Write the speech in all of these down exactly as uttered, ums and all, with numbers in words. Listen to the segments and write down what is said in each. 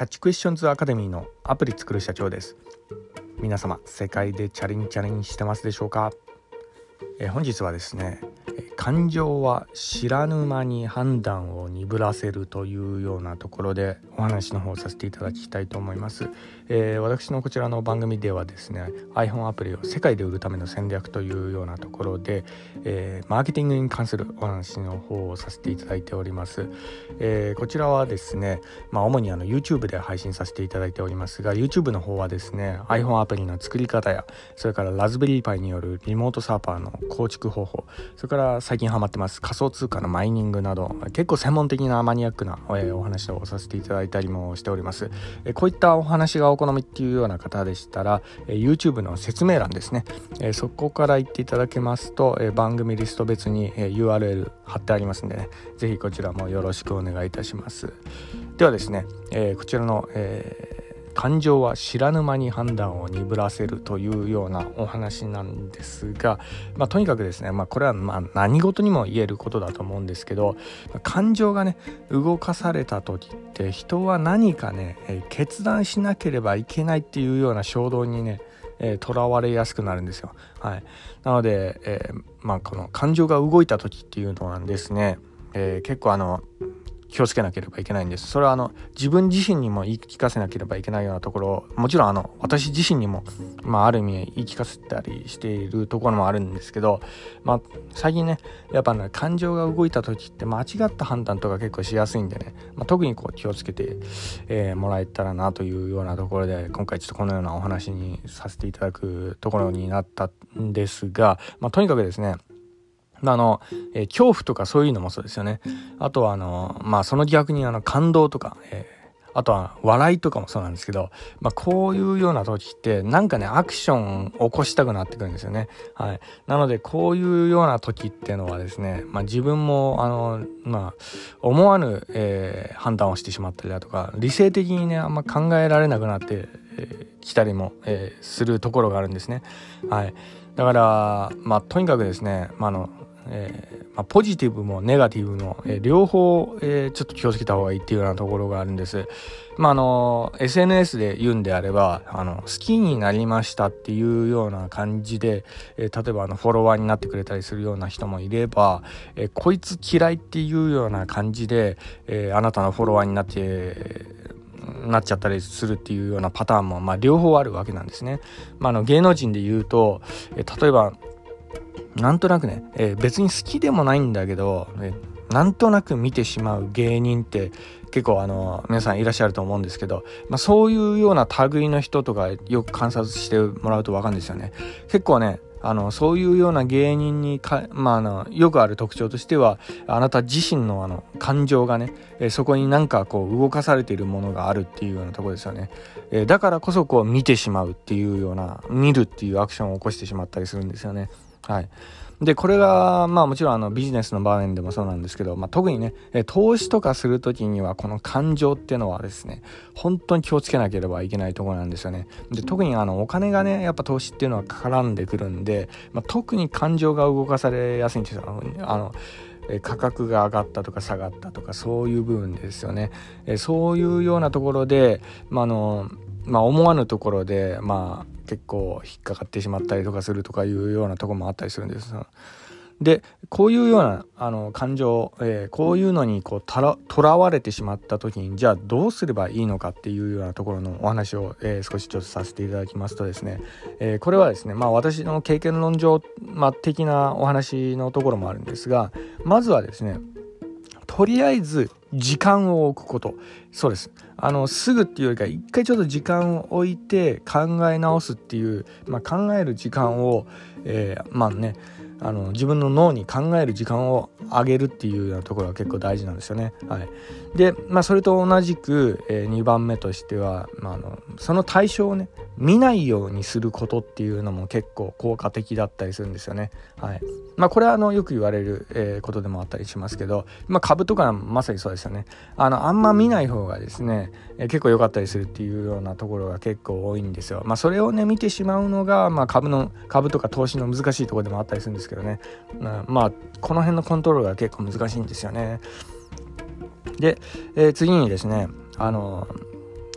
キャッチクエスチョンズアカデミーのアプリ作る社長です。皆様世界でチャレンジチャレンジしてますでしょうか。えー、本日はですね、感情は知らぬ間に判断を鈍らせるというようなところでお話の方をさせていただきたいと思います。えー、私のこちらの番組ではですね iPhone アプリを世界で売るための戦略というようなところで、えー、マーケティングに関するお話の方をさせていただいております。えー、こちらはですね、まあ、主にあの YouTube で配信させていただいておりますが、 YouTube の方はですね iPhone アプリの作り方や、それからラズベリーパイによるリモートサーバーの構築方法、それから最近ハマってます仮想通貨のマイニングなど、結構専門的なマニアックなお話をさせていただいたりもしております。こういったお話がお好みっていうような方でしたら YouTube の説明欄ですね、そこから行っていただけますと番組リスト別に ユーアールエル 貼ってありますので、ね、ぜひこちらもよろしくお願いいたします。ではですね、こちらの、えー感情は知らぬ間に判断を鈍らせるというようなお話なんですが、まあ、とにかくですね、まあ、これはまあ何事にも言えることだと思うんですけど、感情がね動かされた時って人は何かね、えー、決断しなければいけないっていうような衝動にねとら、えー、われやすくなるんですよ。はい、なので、えーまあ、この感情が動いた時っていうのはですね、えー、結構あの気をつけなければいけないんです。それはあの自分自身にも言い聞かせなければいけないようなところ、もちろんあの私自身にも、まあ、ある意味言い聞かせたりしているところもあるんですけど、まあ、最近ねやっぱね感情が動いた時って間違った判断とか結構しやすいんでね、まあ、特にこう気をつけて、えー、もらえたらなというようなところで、今回ちょっとこのようなお話にさせていただくところになったんですが、まあ、とにかくですねあの、えー、恐怖とかそういうのもそうですよね。あとはあのまあその逆にあの感動とか、えー、あとは笑いとかもそうなんですけど、まあこういうような時ってなんかねアクションを起こしたくなってくるんですよね。はい。なのでこういうような時っていうのはですね、まあ自分もあのまあ思わぬ、えー、判断をしてしまったりだとか、理性的にねあんま考えられなくなってきたりも、えー、するところがあるんですね。はい。だからまあとにかくですね、まああのえーまあ、ポジティブもネガティブも、えー、両方、えー、ちょっと気をつけた方がいいっていうようなところがあるんです。まああの エスエヌエス で言うんであればあの好きになりましたっていうような感じで、えー、例えばあのフォロワーになってくれたりするような人もいれば、えー、こいつ嫌いっていうような感じで、えー、あなたのフォロワーになって、えーなっちゃったりするっていうようなパターンも、まあ、両方あるわけなんですね。まあ、あの芸能人で言うと、えー、例えばなんとなくね、えー、別に好きでもないんだけど、えー、なんとなく見てしまう芸人って結構あの皆さんいらっしゃると思うんですけど、まあ、そういうような類の人とかよく観察してもらうと分かるんですよね。結構ねあのそういうような芸人にか、まあ、あのよくある特徴としては、あなた自身のあの感情がね、えー、そこになんかこう動かされているものがあるっていうようなところですよね。えー、だからこそこう見てしまうっていうような、見るっていうアクションを起こしてしまったりするんですよね。はい。でこれがまあもちろんあのビジネスの場面でもそうなんですけど、まあ、特にね投資とかするときにはこの感情っていうのはですね本当に気をつけなければいけないところなんですよね。で特にあのお金がねやっぱ投資っていうのは絡んでくるんで、まあ、特に感情が動かされやすいんですよ。あの価格が上がったとか下がったとかそういう部分ですよね。そういうようなところで、まあのまあ、思わぬところでまあ結構引っかかってしまったりとかするとかいうようなところもあったりするんです。でこういうようなあの感情、えー、こういうのにこうとら、とらわれてしまった時にじゃあどうすればいいのかっていうようなところのお話を、えー、少しちょっとさせていただきますとですね、えー、これはですねまあ私の経験論上、まあ、的なお話のところもあるんですが、まずはですねとりあえず時間を置くこと。そうです。あのすぐっていうよりか一回ちょっと時間を置いて考え直すっていう、まあ、考える時間を、えー、まあねあの自分の脳に考える時間を上げるっていうようなところが結構大事なんですよね。はい。で、まあ、それと同じく、えー、にばんめとしては、まあ、あのその対象をね見ないようにすることっていうのも結構効果的だったりするんですよね。はい。まあこれはあのよく言われる、えー、ことでもあったりしますけど、まあ、株とかまさにそうですよね。あのあんま見ない方がですね、えー、結構良かったりするっていうようなところが結構多いんですよ。まあそれをね見てしまうのが、まあ、株の株とか投資の難しいところでもあったりするんですけどね。まあこの辺のコントロールが結構難しいんですよね。で、えー、次にですねあの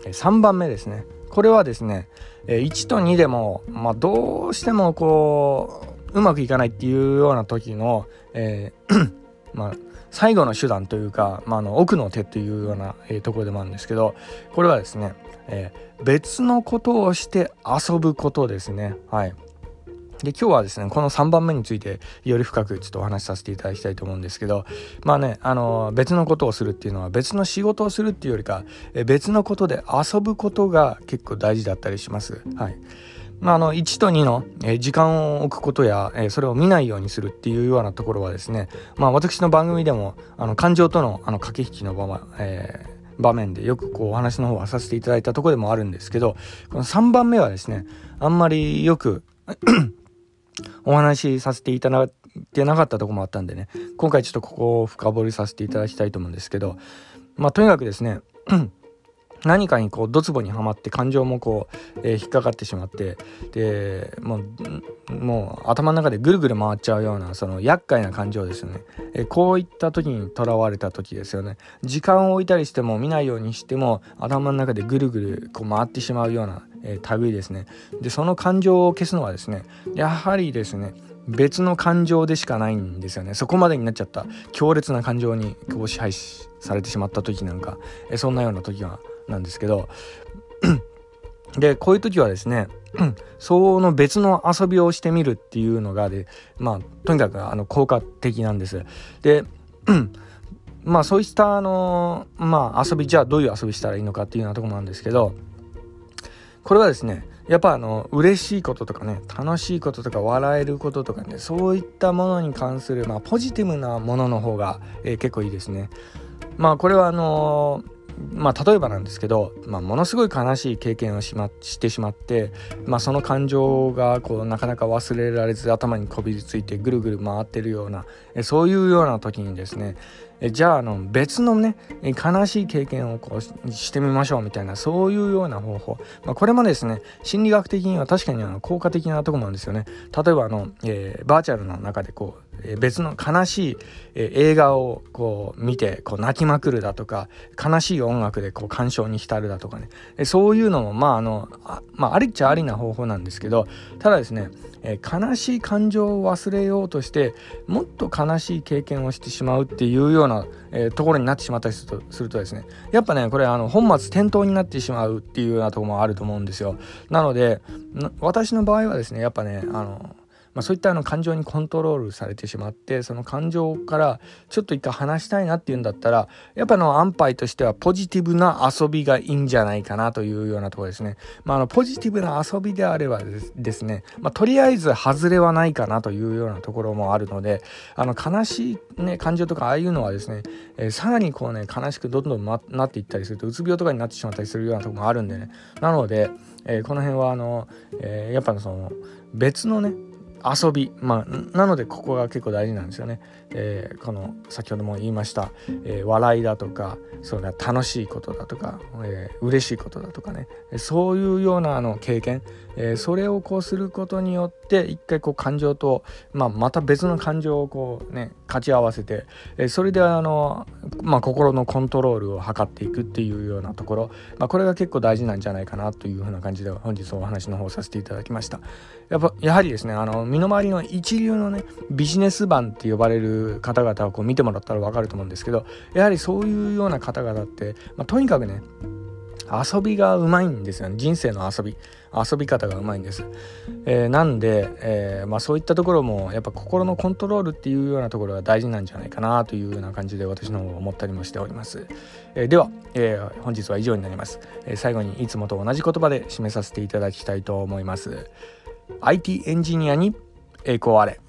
さんばんめですね。これはですねいちとにでも、まあ、どうしてもこううまくいかないっていうような時の、えーまあ、最後の手段というか、まあ、あの奥の手というような、えー、ところでもあるんですけど、これはですね、えー、別のことをして遊ぶことですね。はい。で今日はですねこのさんばんめについてより深くちょっとお話しさせていただきたいと思うんですけど、まあねあの別のことをするっていうのは別の仕事をするっていうよりかえ別のことで遊ぶことが結構大事だったりします。はい。まあ、あのいちとにの、えー、時間を置くことや、えー、それを見ないようにするっていうようなところはですね、まあ、私の番組でもあの感情とのあの駆け引きの場面、えー、場面でよくこうお話の方はさせていただいたところでもあるんですけど、このさんばんめはですねあんまりよくお話しさせていただいてなかったところもあったんでね、今回ちょっとここを深掘りさせていただきたいと思うんですけど、まあとにかくですね何かにこうドツボにはまって感情もこう、えー、引っかかってしまって、でもうもう頭の中でぐるぐる回っちゃうようなその厄介な感情ですよね。えー、こういった時にとらわれた時ですよね。時間を置いたりしても見ないようにしても頭の中でぐるぐるこう回ってしまうような、えー、類ですね。でその感情を消すのはですねやはりですね別の感情でしかないんですよね。そこまでになっちゃった強烈な感情にこう支配されてしまった時なんか、えー、そんなような時はなんですけどでこういう時はですねその別の遊びをしてみるっていうのがで、まあとにかくあの効果的なんです。でまあそういったあのまあ遊びじゃあどういう遊びしたらいいのかっていうようなところなんですけど、これはですねやっぱあの嬉しいこととかね楽しいこととか笑えることとかねそういったものに関する、まあ、ポジティブなものの方が、えー、結構いいですね。まあこれはあのーまあ例えばなんですけど、まあ、ものすごい悲しい経験をし、ま、してしまって、まあ、その感情がこうなかなか忘れられず頭にこびりついてぐるぐる回ってるようなえそういうような時にですねえじゃあ、あの別のね悲しい経験をこうしてみましょうみたいなそういうような方法、まあ、これもですね心理学的には確かにあの効果的なところなんですよね。例えばあの、えー、バーチャルの中でこう別の悲しい映画をこう見てこう泣きまくるだとか悲しい音楽でこう感傷に浸るだとかねそういうのもまああの あ,、まあ、ありっちゃありな方法なんですけど、ただですね悲しい感情を忘れようとしてもっと悲しい経験をしてしまうっていうような、えー、ところになってしまったりすると、するとですねやっぱねこれあの本末転倒になってしまうっていうようなところもあると思うんですよ。なので私の場合はですねやっぱねあのまあ、そういったあの感情にコントロールされてしまってその感情からちょっと一回話したいなっていうんだったらやっぱの安牌としてはポジティブな遊びがいいんじゃないかなというようなところですね。まあ、あのポジティブな遊びであればですね、まあ、とりあえず外れはないかなというようなところもあるのであの悲しい、ね、感情とかああいうのはですね、えー、さらにこうね悲しくどんどん、ま、なっていったりするとうつ病とかになってしまったりするようなところもあるんでね。なので、えー、この辺はあの、えー、やっぱその別のね遊び、まあ、なのでここが結構大事なんですよね。えー、この先ほども言いました、えー、笑いだとかそれが楽しいことだとか、えー、嬉しいことだとかねそういうようなあの経験、えー、それをこうすることによって一回こう感情と、まあ、また別の感情をこうね勝ち合わせて、えー、それであの、まあ、心のコントロールを図っていくっていうようなところ、まあ、これが結構大事なんじゃないかなというふうな感じで本日お話の方させていただきました。やっぱやはりですねあの身の回りの一流のねビジネスマンって呼ばれる方々をこう見てもらったら分かると思うんですけど、やはりそういうような方々って、まあ、とにかくね遊びがうまいんですよね。人生の遊び遊び方がうまいんです、えー、なんで、えーまあ、そういったところもやっぱ心のコントロールっていうようなところが大事なんじゃないかなというような感じで私の方思ったりもしております、えー、では、えー、本日は以上になります、えー、最後にいつもと同じ言葉で締めさせていただきたいと思います。 アイティー エンジニアに栄光あれ。